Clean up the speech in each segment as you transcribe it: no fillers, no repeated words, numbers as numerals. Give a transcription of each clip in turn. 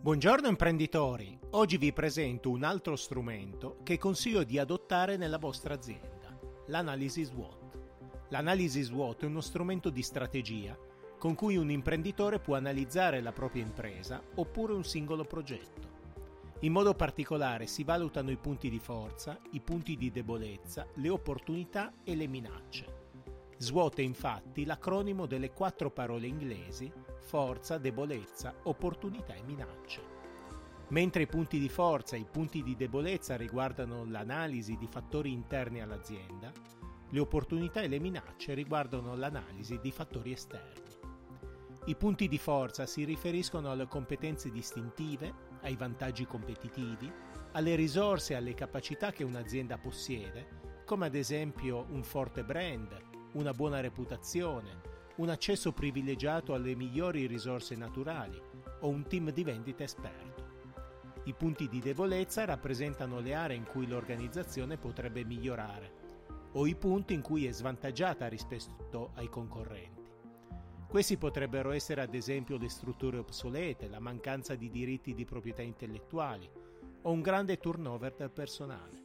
Buongiorno imprenditori, oggi vi presento un altro strumento che consiglio di adottare nella vostra azienda, l'analisi SWOT. L'analisi SWOT è uno strumento di strategia con cui un imprenditore può analizzare la propria impresa oppure un singolo progetto. In modo particolare si valutano i punti di forza, i punti di debolezza, le opportunità e le minacce. SWOT è infatti l'acronimo delle 4 parole inglesi forza, debolezza, opportunità e minacce. Mentre i punti di forza e i punti di debolezza riguardano l'analisi di fattori interni all'azienda, le opportunità e le minacce riguardano l'analisi di fattori esterni. I punti di forza si riferiscono alle competenze distintive, ai vantaggi competitivi, alle risorse e alle capacità che un'azienda possiede, come ad esempio un forte brand, una buona reputazione, un accesso privilegiato alle migliori risorse naturali o un team di vendita esperto. I punti di debolezza rappresentano le aree in cui l'organizzazione potrebbe migliorare o i punti in cui è svantaggiata rispetto ai concorrenti. Questi potrebbero essere ad esempio le strutture obsolete, la mancanza di diritti di proprietà intellettuali o un grande turnover del personale.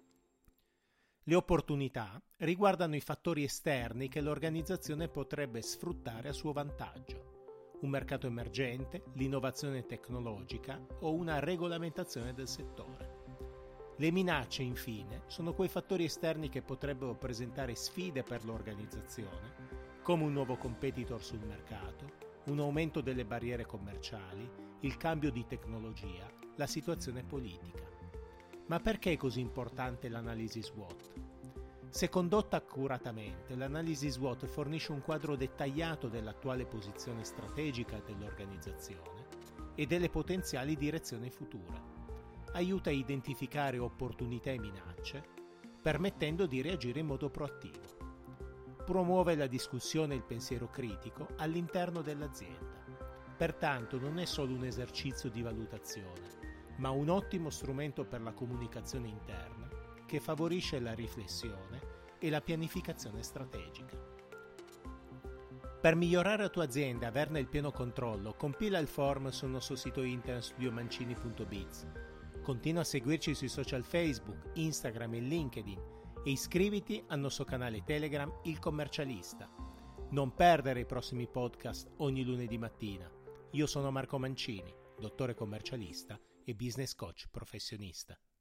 Le opportunità riguardano i fattori esterni che l'organizzazione potrebbe sfruttare a suo vantaggio, un mercato emergente, l'innovazione tecnologica o una regolamentazione del settore. Le minacce, infine, sono quei fattori esterni che potrebbero presentare sfide per l'organizzazione, come un nuovo competitor sul mercato, un aumento delle barriere commerciali, il cambio di tecnologia, la situazione politica. Ma perché è così importante l'analisi SWOT? Se condotta accuratamente, l'analisi SWOT fornisce un quadro dettagliato dell'attuale posizione strategica dell'organizzazione e delle potenziali direzioni future. Aiuta a identificare opportunità e minacce, permettendo di reagire in modo proattivo. Promuove la discussione e il pensiero critico all'interno dell'azienda. Pertanto non è solo un esercizio di valutazione, ma un ottimo strumento per la comunicazione interna che favorisce la riflessione e la pianificazione strategica. Per migliorare la tua azienda e averne il pieno controllo, compila il form sul nostro sito internet studiomancini.biz. Continua a seguirci sui social Facebook, Instagram e LinkedIn e iscriviti al nostro canale Telegram Il Commercialista. Non perdere i prossimi podcast ogni lunedì mattina. Io sono Marco Mancini, dottore commercialista e business coach professionista.